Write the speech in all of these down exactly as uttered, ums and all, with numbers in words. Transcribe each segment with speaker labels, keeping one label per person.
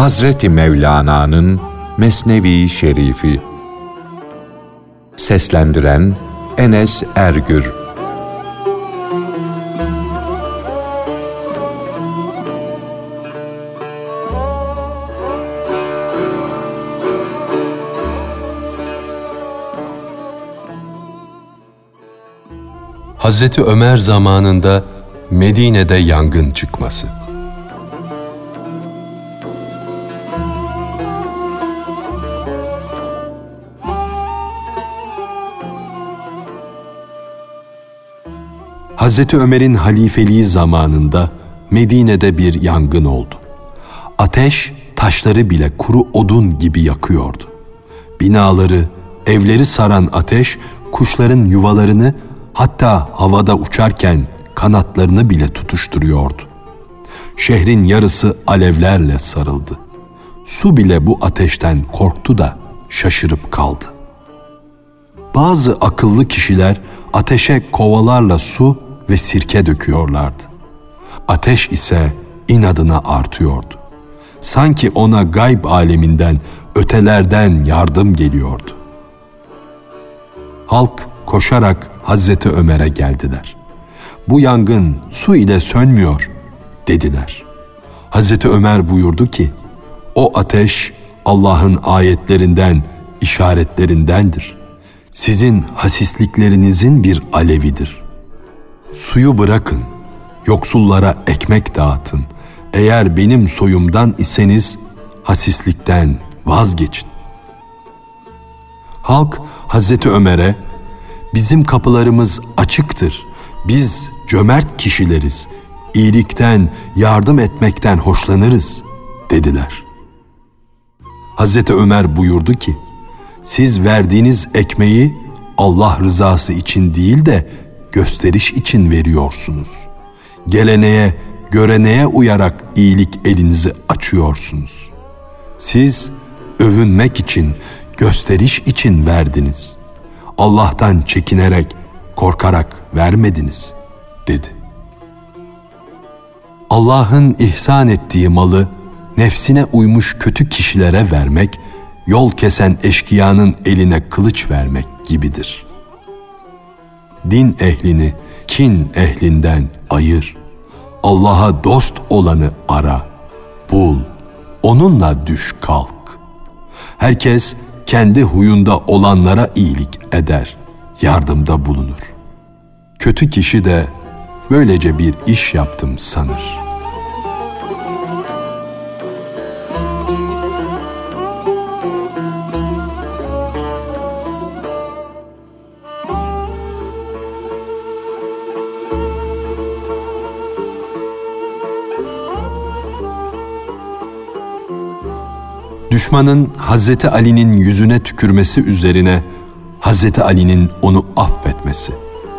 Speaker 1: Hazreti Mevlana'nın Mesnevi Şerifi. Seslendiren Enes Ergür.
Speaker 2: Hazreti Ömer zamanında Medine'de yangın çıkması. Hazreti Ömer'in halifeliği zamanında Medine'de bir yangın oldu. Ateş taşları bile kuru odun gibi yakıyordu. Binaları, evleri saran ateş kuşların yuvalarını, hatta havada uçarken kanatlarını bile tutuşturuyordu. Şehrin yarısı alevlerle sarıldı. Su bile bu ateşten korktu da şaşırıp kaldı. Bazı akıllı kişiler ateşe kovalarla su ve sirke döküyorlardı. Ateş ise inadına artıyordu. Sanki ona gayb aleminden, ötelerden yardım geliyordu. Halk koşarak Hazreti Ömer'e geldiler. "Bu yangın su ile sönmüyor," dediler. Hazreti Ömer buyurdu ki, "O ateş Allah'ın ayetlerinden, işaretlerindendir. Sizin hasisliklerinizin bir alevidir. Suyu bırakın, yoksullara ekmek dağıtın. Eğer benim soyumdan iseniz hasislikten vazgeçin." Halk Hazreti Ömer'e, "Bizim kapılarımız açıktır. Biz cömert kişileriz. İyilikten, yardım etmekten hoşlanırız," dediler. Hazreti Ömer buyurdu ki, "Siz verdiğiniz ekmeği Allah rızası için değil de gösteriş için veriyorsunuz. Geleneğe, göreneğe uyarak iyilik elinizi açıyorsunuz. Siz övünmek için, gösteriş için verdiniz. Allah'tan çekinerek, korkarak vermediniz," dedi. Allah'ın ihsan ettiği malı nefsine uymuş kötü kişilere vermek, yol kesen eşkıyanın eline kılıç vermek gibidir. Din ehlini kin ehlinden ayır. Allah'a dost olanı ara, bul, onunla düş kalk. Herkes kendi huyunda olanlara iyilik eder, yardımda bulunur. Kötü kişi de böylece bir iş yaptım sanır. Düşmanın Hazreti Ali'nin yüzüne tükürmesi üzerine Hazreti Ali'nin onu affetmesi.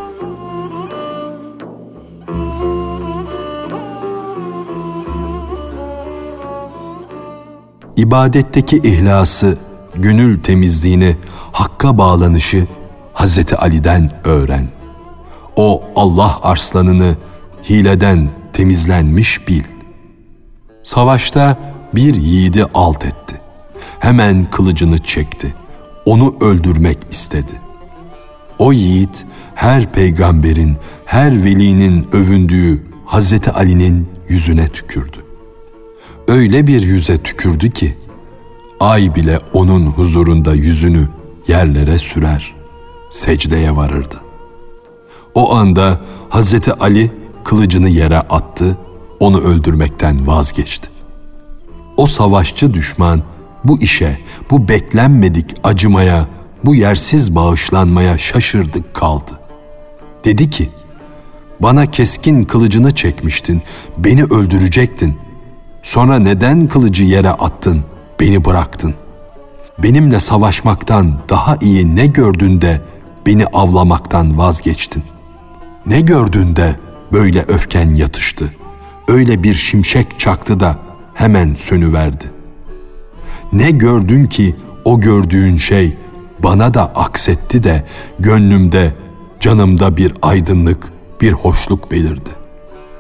Speaker 2: İbadetteki ihlası, gönül temizliğini, hakka bağlanışı Hazreti Ali'den öğren. O Allah arslanını hileden temizlenmiş bil. Savaşta bir yiğidi alt etti. Hemen kılıcını çekti. Onu öldürmek istedi. O yiğit her peygamberin, her velinin övündüğü Hazreti Ali'nin yüzüne tükürdü. Öyle bir yüze tükürdü ki ay bile onun huzurunda yüzünü yerlere sürer, secdeye varırdı. O anda Hazreti Ali kılıcını yere attı, onu öldürmekten vazgeçti. O savaşçı düşman bu işe, bu beklenmedik acımaya, bu yersiz bağışlanmaya şaşırdı kaldı. Dedi ki, "Bana keskin kılıcını çekmiştin, beni öldürecektin. Sonra neden kılıcı yere attın, beni bıraktın? Benimle savaşmaktan daha iyi ne gördün de beni avlamaktan vazgeçtin? Ne gördün de böyle öfken yatıştı? Öyle bir şimşek çaktı da hemen sönüverdi. Ne gördün ki o gördüğün şey bana da aksetti de gönlümde, canımda bir aydınlık, bir hoşluk belirdi.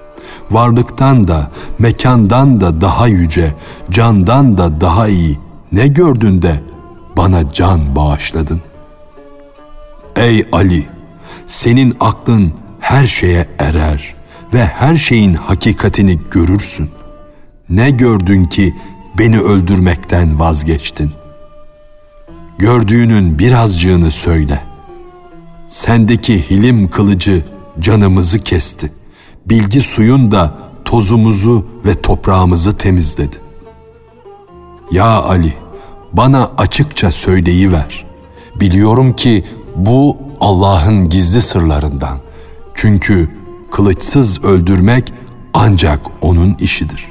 Speaker 2: Varlıktan da, mekandan da daha yüce, candan da daha iyi ne gördün de bana can bağışladın? Ey Ali, senin aklın her şeye erer ve her şeyin hakikatini görürsün. Ne gördün ki beni öldürmekten vazgeçtin? Gördüğünün birazcığını söyle. Sendeki hilim kılıcı canımızı kesti. Bilgi suyun da tozumuzu ve toprağımızı temizledi. Ya Ali, bana açıkça söyleyiver. Biliyorum ki bu Allah'ın gizli sırlarından. Çünkü kılıçsız öldürmek ancak onun işidir.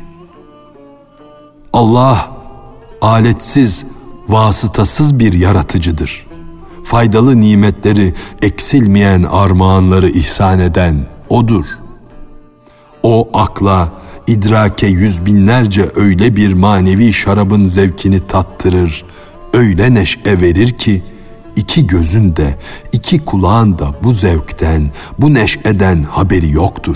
Speaker 2: Allah, aletsiz, vasıtasız bir yaratıcıdır. Faydalı nimetleri, eksilmeyen armağanları ihsan eden O'dur. O akla, idrake yüz binlerce öyle bir manevi şarabın zevkini tattırır, öyle neşe verir ki, iki gözün de, iki kulağın da bu zevkten, bu neşeden haberi yoktur.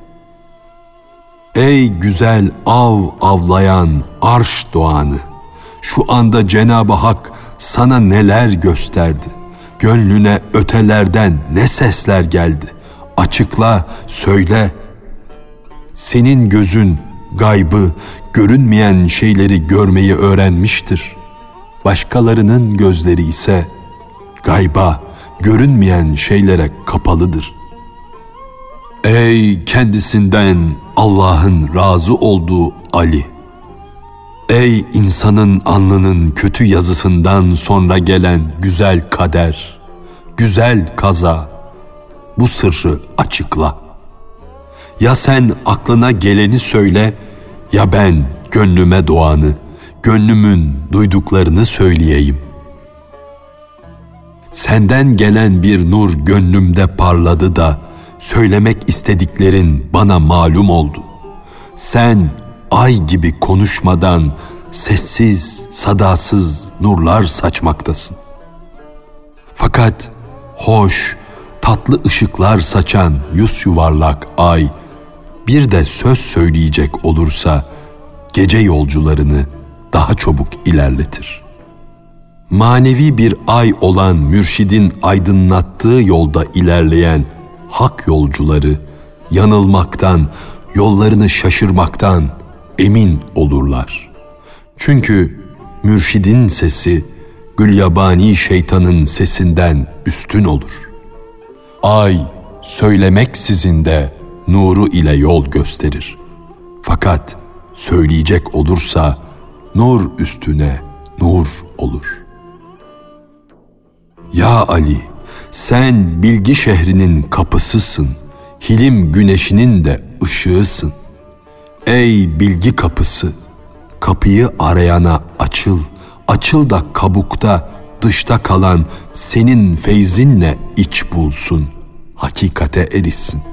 Speaker 2: Ey güzel av avlayan arş doğanı! Şu anda Cenab-ı Hak sana neler gösterdi? Gönlüne ötelerden ne sesler geldi? Açıkla, söyle. Senin gözün gaybı, görünmeyen şeyleri görmeyi öğrenmiştir. Başkalarının gözleri ise gayba, görünmeyen şeylere kapalıdır. Ey kendisinden Allah'ın razı olduğu Ali! Ey insanın alnının kötü yazısından sonra gelen güzel kader, güzel kaza, bu sırrı açıkla. Ya sen aklına geleni söyle, ya ben gönlüme doğanı, gönlümün duyduklarını söyleyeyim. Senden gelen bir nur gönlümde parladı da, söylemek istediklerin bana malum oldu. Sen ay gibi konuşmadan sessiz, sadasız nurlar saçmaktasın. Fakat hoş, tatlı ışıklar saçan yüz yuvarlak ay, bir de söz söyleyecek olursa gece yolcularını daha çabuk ilerletir. Manevi bir ay olan mürşidin aydınlattığı yolda ilerleyen hak yolcuları yanılmaktan, yollarını şaşırmaktan emin olurlar. Çünkü mürşidin sesi gülyabani şeytanın sesinden üstün olur. Ay söylemeksizin de nuru ile yol gösterir. Fakat söyleyecek olursa nur üstüne nur olur. Ya Ali, sen bilgi şehrinin kapısısın, hilim güneşinin de ışığısın. Ey bilgi kapısı, kapıyı arayana açıl, açıl da kabukta, dışta kalan senin feyzinle iç bulsun, hakikate erişsin.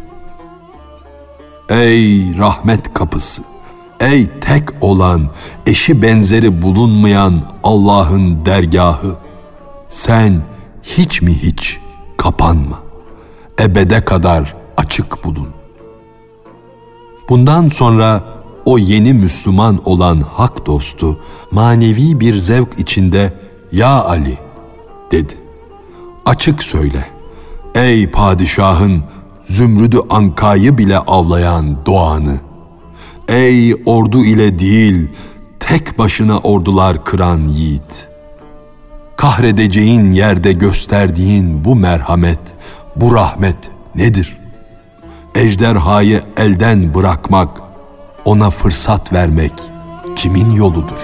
Speaker 2: Ey rahmet kapısı, ey tek olan, eşi benzeri bulunmayan Allah'ın dergahı, sen hiç mi hiç kapanma, ebede kadar açık bulun. Bundan sonra o yeni Müslüman olan hak dostu manevi bir zevk içinde "Ya Ali" dedi. Açık söyle, ey padişahın zümrüdü ankayı bile avlayan doğanı, ey ordu ile değil tek başına ordular kıran yiğit, kahredeceğin yerde gösterdiğin bu merhamet, bu rahmet nedir? Ejderhayı elden bırakmak, ona fırsat vermek kimin yoludur?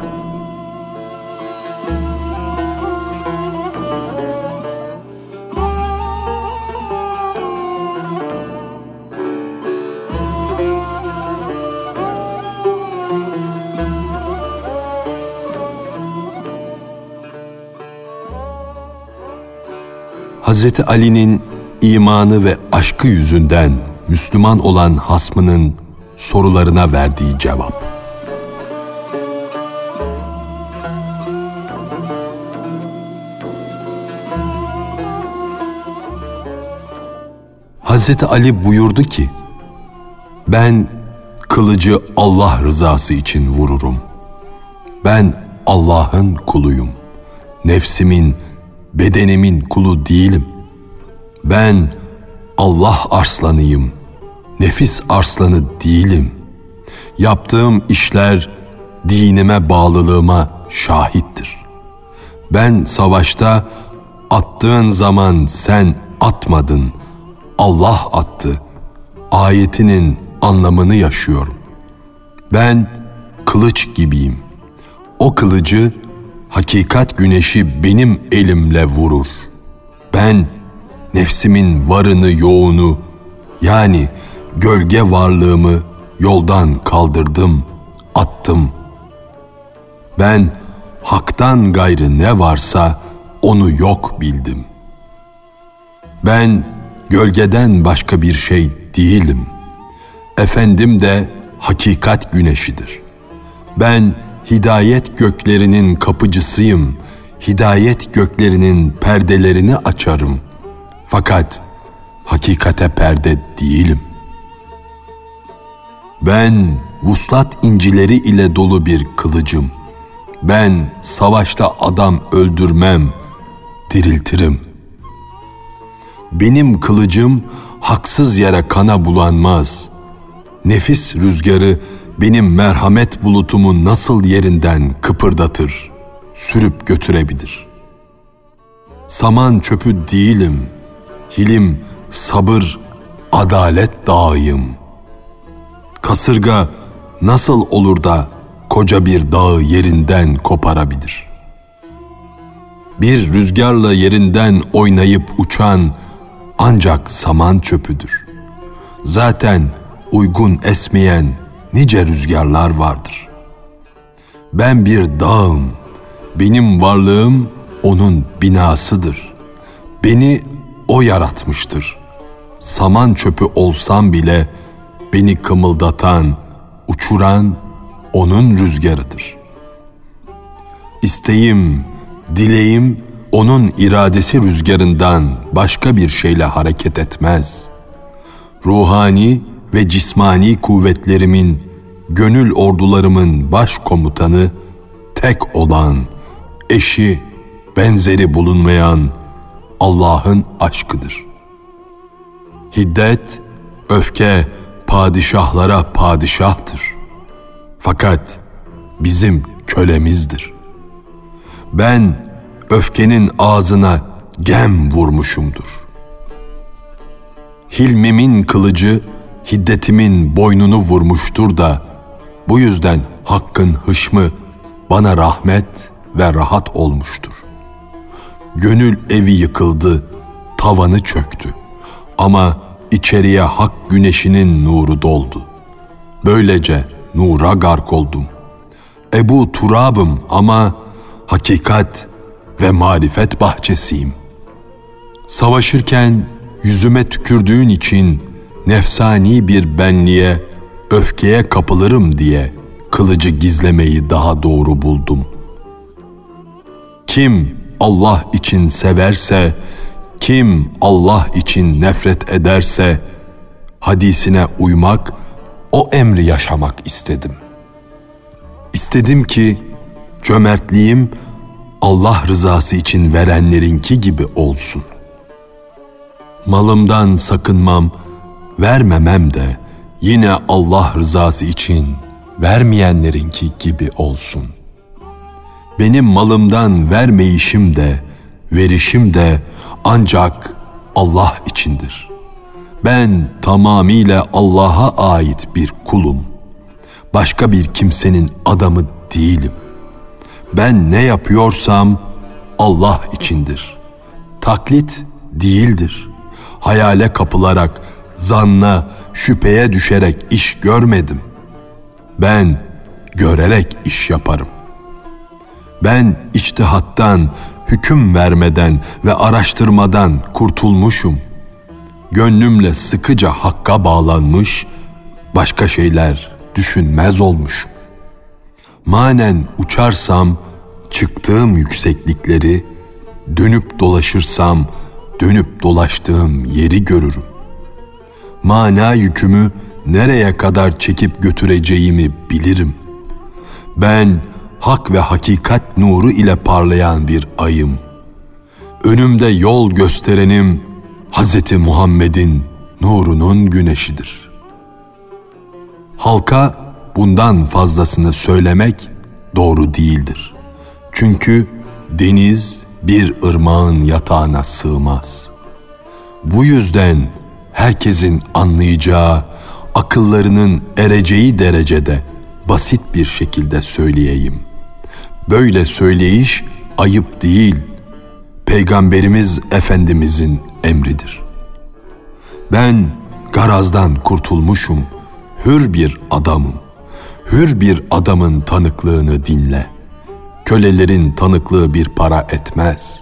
Speaker 2: Hazreti Ali'nin imanı ve aşkı yüzünden Müslüman olan hasmının sorularına verdiği cevap. Hazreti Ali buyurdu ki, Ben kılıcı Allah rızası için vururum. Ben Allah'ın kuluyum. Nefsimin, bedenimin kulu değilim. Ben Allah arslanıyım. Nefis arslanı değilim. Yaptığım işler dinime bağlılığıma şahittir. Ben savaşta attığın zaman sen atmadın, Allah attı. Ayetinin anlamını yaşıyorum. Ben kılıç gibiyim. O kılıcı hakikat güneşi benim elimle vurur. Ben nefsimin varını yoğunu, yani gölge varlığımı yoldan kaldırdım, attım. Ben haktan gayrı ne varsa onu yok bildim. Ben gölgeden başka bir şey değilim. Efendim de hakikat güneşidir. Ben hidayet göklerinin kapıcısıyım. Hidayet göklerinin perdelerini açarım. Fakat hakikate perde değilim. Ben vuslat incileri ile dolu bir kılıcım. Ben savaşta adam öldürmem, diriltirim. Benim kılıcım haksız yere kana bulanmaz. Nefis rüzgarı benim merhamet bulutumu nasıl yerinden kıpırdatır, sürüp götürebilir. Saman çöpü değilim, hilim, sabır, adalet dağıyım. Kasırga nasıl olur da koca bir dağı yerinden koparabilir? Bir rüzgarla yerinden oynayıp uçan ancak saman çöpüdür. Zaten uygun esmeyen nice rüzgarlar vardır. Ben bir dağım, benim varlığım onun binasıdır. Beni o yaratmıştır. Saman çöpü olsam bile beni kımıldatan, uçuran onun rüzgarıdır. İsteğim, dileğim onun iradesi rüzgarından başka bir şeyle hareket etmez. Ruhani ve cismani kuvvetlerimin, gönül ordularımın baş komutanı tek olan, eşi, benzeri bulunmayan Allah'ın aşkıdır. Hiddet, öfke padişahlara padişahtır. Fakat bizim kölemizdir. Ben öfkenin ağzına gem vurmuşumdur. Hilmimin kılıcı hiddetimin boynunu vurmuştur da bu yüzden Hakk'ın hışmı bana rahmet ve rahat olmuştur. Gönül evi yıkıldı, tavanı çöktü ama içeriye hak güneşinin nuru doldu. Böylece nura gark oldum. Ebu Turab'ım ama hakikat ve marifet bahçesiyim. Savaşırken yüzüme tükürdüğün için nefsani bir benliğe, öfkeye kapılırım diye kılıcı gizlemeyi daha doğru buldum. Kim Allah için severse, kim Allah için nefret ederse, hadisine uymak, o emri yaşamak istedim. İstedim ki cömertliğim Allah rızası için verenlerinki gibi olsun. Malımdan sakınmam, vermemem de yine Allah rızası için vermeyenlerinki gibi olsun. Benim malımdan vermeyişim de, verişim de ancak Allah içindir. Ben tamamıyla Allah'a ait bir kulum. Başka bir kimsenin adamı değilim. Ben ne yapıyorsam Allah içindir. Taklit değildir. Hayale kapılarak, zanna, şüpheye düşerek iş görmedim. Ben görerek iş yaparım. Ben içtihattan, hüküm vermeden ve araştırmadan kurtulmuşum. Gönlümle sıkıca Hakk'a bağlanmış, başka şeyler düşünmez olmuşum. Manen uçarsam çıktığım yükseklikleri, dönüp dolaşırsam dönüp dolaştığım yeri görürüm. Mana yükümü nereye kadar çekip götüreceğimi bilirim. Ben hak ve hakikat nuru ile parlayan bir ayım. Önümde yol gösterenim Hazreti Muhammed'in nurunun güneşidir. Halka bundan fazlasını söylemek doğru değildir. Çünkü deniz bir ırmağın yatağına sığmaz. Bu yüzden herkesin anlayacağı, akıllarının ereceği derecede basit bir şekilde söyleyeyim. Böyle söyleyiş ayıp değil, Peygamberimiz Efendimizin emridir. Ben garazdan kurtulmuşum, hür bir adamım. Hür bir adamın tanıklığını dinle. Kölelerin tanıklığı bir para etmez.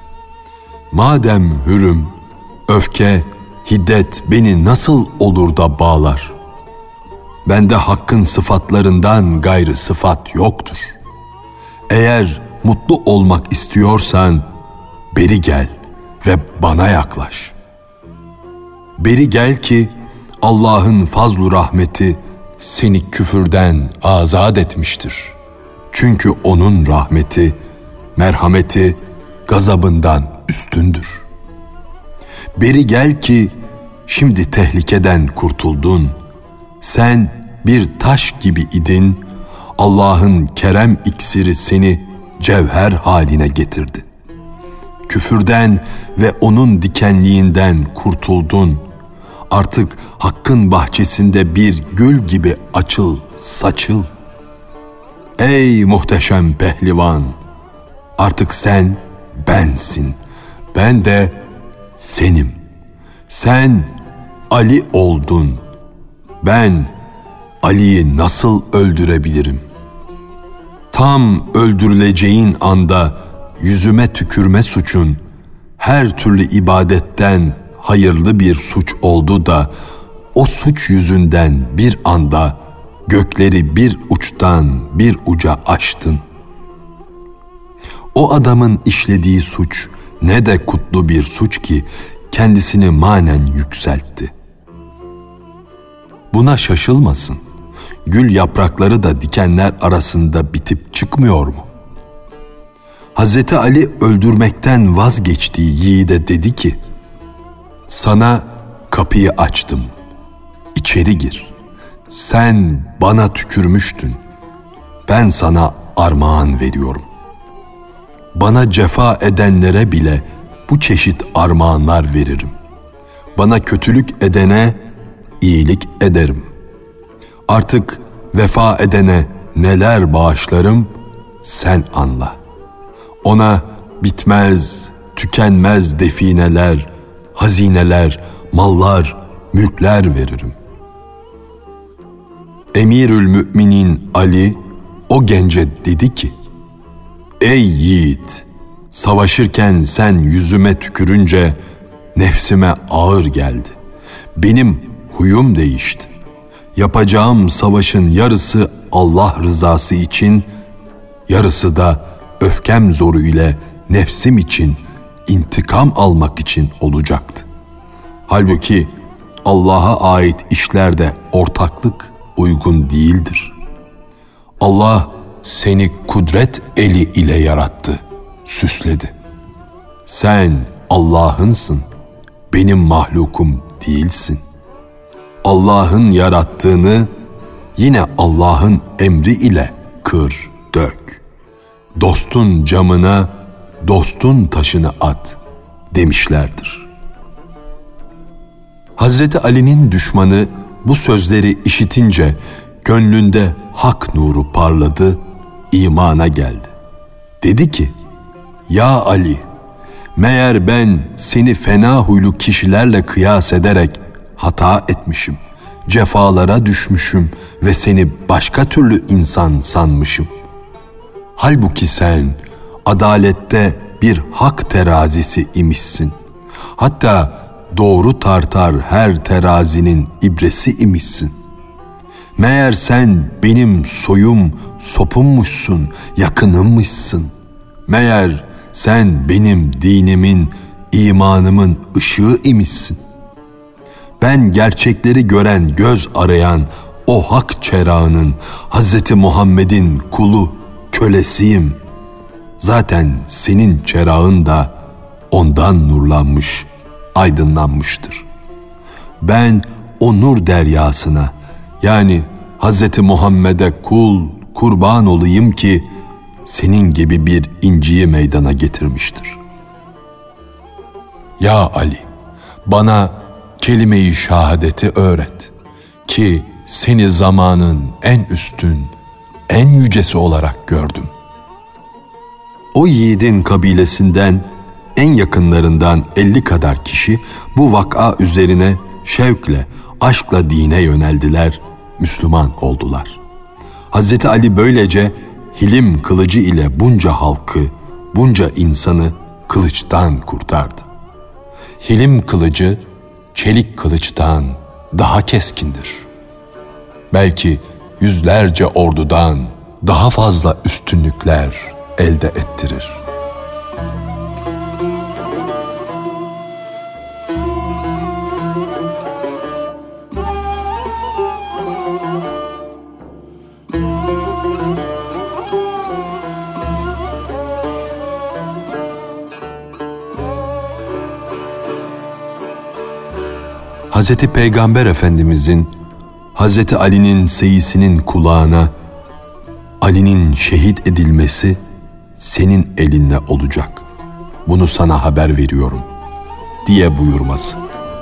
Speaker 2: Madem hürüm, öfke, hiddet beni nasıl olur da bağlar? Bende hakkın sıfatlarından gayrı sıfat yoktur. Eğer mutlu olmak istiyorsan beri gel ve bana yaklaş. Beri gel ki Allah'ın fazlu rahmeti seni küfürden azat etmiştir. Çünkü onun rahmeti, merhameti gazabından üstündür. Beri gel ki şimdi tehlikeden kurtuldun. Sen bir taş gibi idin, Allah'ın kerem iksiri seni cevher haline getirdi. Küfürden ve onun dikenliğinden kurtuldun. Artık hakkın bahçesinde bir gül gibi açıl, saçıl. Ey muhteşem pehlivan! Artık sen bensin, ben de senim. Sen Ali oldun. Ben Ali'yi nasıl öldürebilirim? Tam öldürüleceğin anda yüzüme tükürme suçun her türlü ibadetten hayırlı bir suç oldu da o suç yüzünden bir anda gökleri bir uçtan bir uca aştın. O adamın işlediği suç ne de kutlu bir suç ki kendisini manen yükseltti. Buna şaşılmasın. Gül yaprakları da dikenler arasında bitip çıkmıyor mu? Hazreti Ali öldürmekten vazgeçtiği yiğide dedi ki, sana kapıyı açtım, içeri gir. Sen bana tükürmüştün, ben sana armağan veriyorum. Bana cefa edenlere bile bu çeşit armağanlar veririm. Bana kötülük edene iyilik ederim. Artık vefa edene neler bağışlarım sen anla. Ona bitmez, tükenmez defineler, hazineler, mallar, mülkler veririm. Emirül Müminin Ali o gence dedi ki, ey yiğit, savaşırken sen yüzüme tükürünce nefsime ağır geldi. Benim huyum değişti. Yapacağım savaşın yarısı Allah rızası için, yarısı da öfkem zoru ile nefsim için, intikam almak için olacaktı. Halbuki Allah'a ait işlerde ortaklık uygun değildir. Allah seni kudret eli ile yarattı, süsledi. Sen Allah'ınsın, benim mahlukum değilsin. Allah'ın yarattığını yine Allah'ın emri ile kır, dök. Dostun camına, dostun taşını at demişlerdir. Hazreti Ali'nin düşmanı bu sözleri işitince gönlünde hak nuru parladı, imana geldi. Dedi ki, ya Ali, meğer ben seni fena huylu kişilerle kıyas ederek hata etmişim, cefalara düşmüşüm ve seni başka türlü insan sanmışım. Halbuki sen adalette bir hak terazisi imişsin. Hatta doğru tartar her terazinin ibresi imişsin. Meğer sen benim soyum, sopummuşsun, yakınımmışsın. Meğer sen benim dinimin, imanımın ışığı imişsin. ben gerçekleri gören, göz arayan o hak çerağının, Hazreti Muhammed'in kulu, kölesiyim. Zaten senin çerağın da ondan nurlanmış, aydınlanmıştır. Ben o nur deryasına, yani Hazreti Muhammed'e kul, kurban olayım ki senin gibi bir inciyi meydana getirmiştir. Ya Ali, bana kelime-i şahadeti öğret ki seni zamanın en üstün, en yücesi olarak gördüm. O yiğidin kabilesinden en yakınlarından elli kadar kişi bu vaka üzerine şevkle, aşkla dine yöneldiler, Müslüman oldular. Hazreti Ali böylece hilim kılıcı ile bunca halkı, bunca insanı kılıçtan kurtardı. Hilim kılıcı, çelik kılıçtan daha keskindir. Belki yüzlerce ordudan daha fazla üstünlükler elde ettirir. Hazreti Peygamber Efendimizin Hazreti Ali'nin seyisinin kulağına Ali'nin şehit edilmesi senin elinle olacak. Bunu sana haber veriyorum diye buyurması.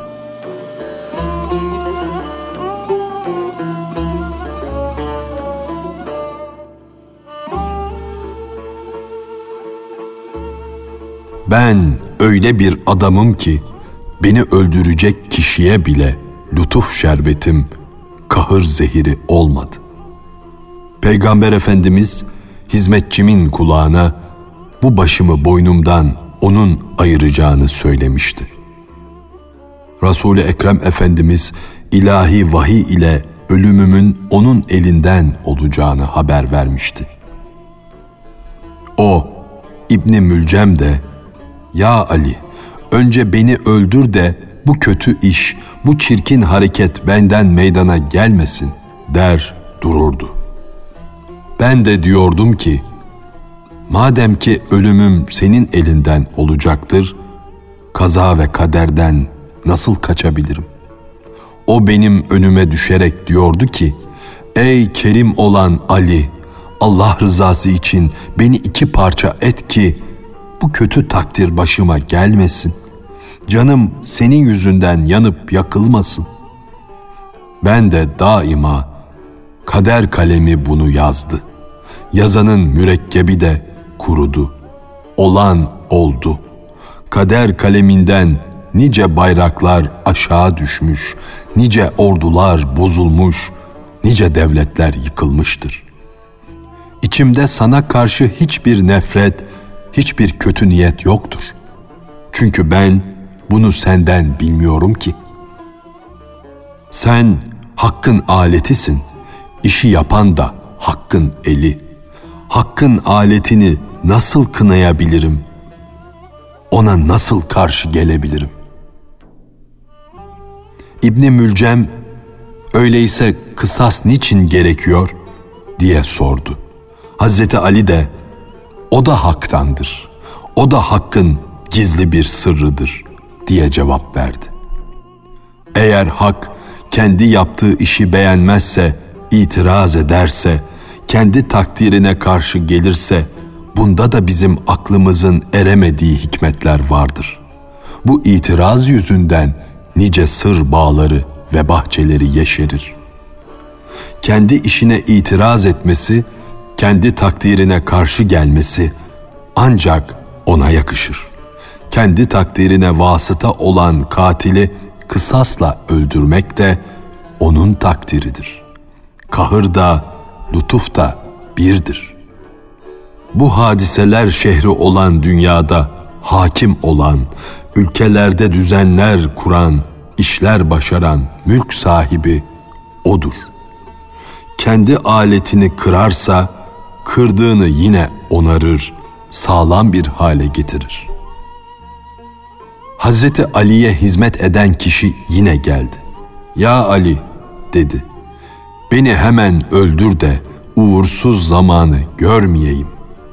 Speaker 2: Ben öyle bir adamım ki beni öldürecek kişiye bile lütuf şerbetim, kahır zehiri olmadı. Peygamber Efendimiz hizmetçimin kulağına bu başımı boynumdan onun ayıracağını söylemişti. Resul-i Ekrem Efendimiz ilahi vahiy ile ölümümün onun elinden olacağını haber vermişti. O İbn-i Mülcem de "Ya Ali, önce beni öldür de bu kötü iş, bu çirkin hareket benden meydana gelmesin" der dururdu. Ben de diyordum ki, madem ki ölümüm senin elinden olacaktır, kaza ve kaderden nasıl kaçabilirim? O benim önüme düşerek diyordu ki, ey kerim olan Ali, Allah rızası için beni iki parça et ki bu kötü takdir başıma gelmesin. Canım senin yüzünden yanıp yakılmasın. Ben de daima kader kalemi bunu yazdı. Yazanın mürekkebi de kurudu. Olan oldu. Kader kaleminden nice bayraklar aşağı düşmüş, nice ordular bozulmuş, nice devletler yıkılmıştır. İçimde sana karşı hiçbir nefret, hiçbir kötü niyet yoktur. Çünkü ben bunu senden bilmiyorum ki. Sen Hakk'ın aletisin, işi yapan da Hakk'ın eli. Hakk'ın aletini nasıl kınayabilirim? Ona nasıl karşı gelebilirim? İbn-i Mülcem, öyleyse kısas niçin gerekiyor diye sordu. Hazreti Ali de, o da Hak'tandır, o da Hakk'ın gizli bir sırrıdır diye cevap verdi. Eğer Hak kendi yaptığı işi beğenmezse, itiraz ederse, kendi takdirine karşı gelirse, bunda da bizim aklımızın eremediği hikmetler vardır. Bu itiraz yüzünden nice sır bağları ve bahçeleri yeşerir. Kendi işine itiraz etmesi, kendi takdirine karşı gelmesi ancak ona yakışır. Kendi takdirine vasıta olan katili kısasla öldürmek de onun takdiridir. Kahır da, lütuf da birdir. Bu hadiseler şehri olan dünyada hakim olan, ülkelerde düzenler kuran, işler başaran mülk sahibi odur. Kendi aletini kırarsa, kırdığını yine onarır, sağlam bir hale getirir. Hazreti Ali'ye hizmet eden kişi yine geldi. "Ya Ali," dedi, "beni hemen öldür de uğursuz zamanı görmeyeyim.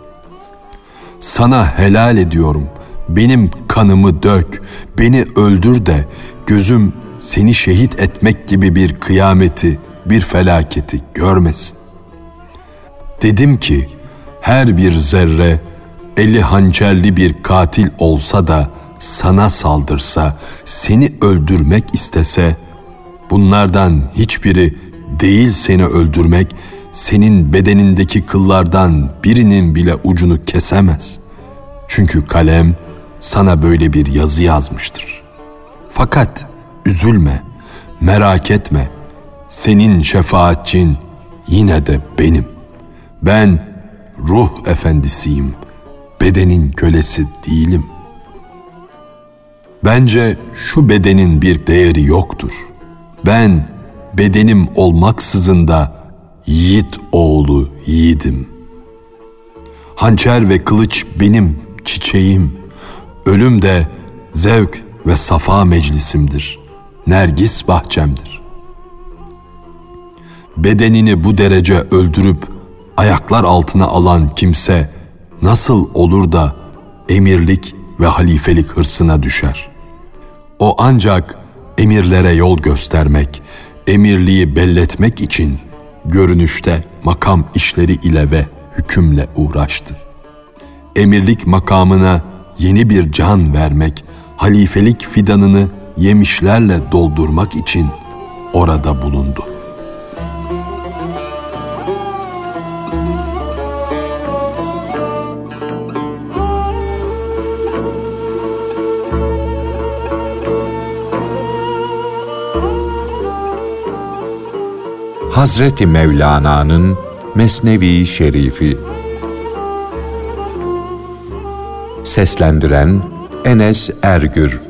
Speaker 2: Sana helal ediyorum, benim kanımı dök, beni öldür de gözüm seni şehit etmek gibi bir kıyameti, bir felaketi görmesin." Dedim ki, her bir zerre eli hançerli bir katil olsa da sana saldırsa, seni öldürmek istese, bunlardan hiçbiri değil seni öldürmek, senin bedenindeki kıllardan birinin bile ucunu kesemez. Çünkü kalem sana böyle bir yazı yazmıştır. Fakat üzülme, merak etme, senin şefaatçin yine de benim. Ben ruh efendisiyim, bedenin kölesi değilim. Bence şu bedenin bir değeri yoktur. Ben bedenim olmaksızın da yiğit oğlu yiğidim. Hançer ve kılıç benim çiçeğim, ölüm de zevk ve safa meclisimdir, nergis bahçemdir. Bedenini bu derece öldürüp ayaklar altına alan kimse nasıl olur da emirlik ve halifelik hırsına düşer? O ancak emirlere yol göstermek, emirliği belletmek için görünüşte makam işleri ile ve hükümle uğraştı. Emirlik makamına yeni bir can vermek, halifelik fidanını yemişlerle doldurmak için orada bulundu.
Speaker 1: Hazreti Mevlana'nın Mesnevi Şerifi. Seslendiren Enes Ergür.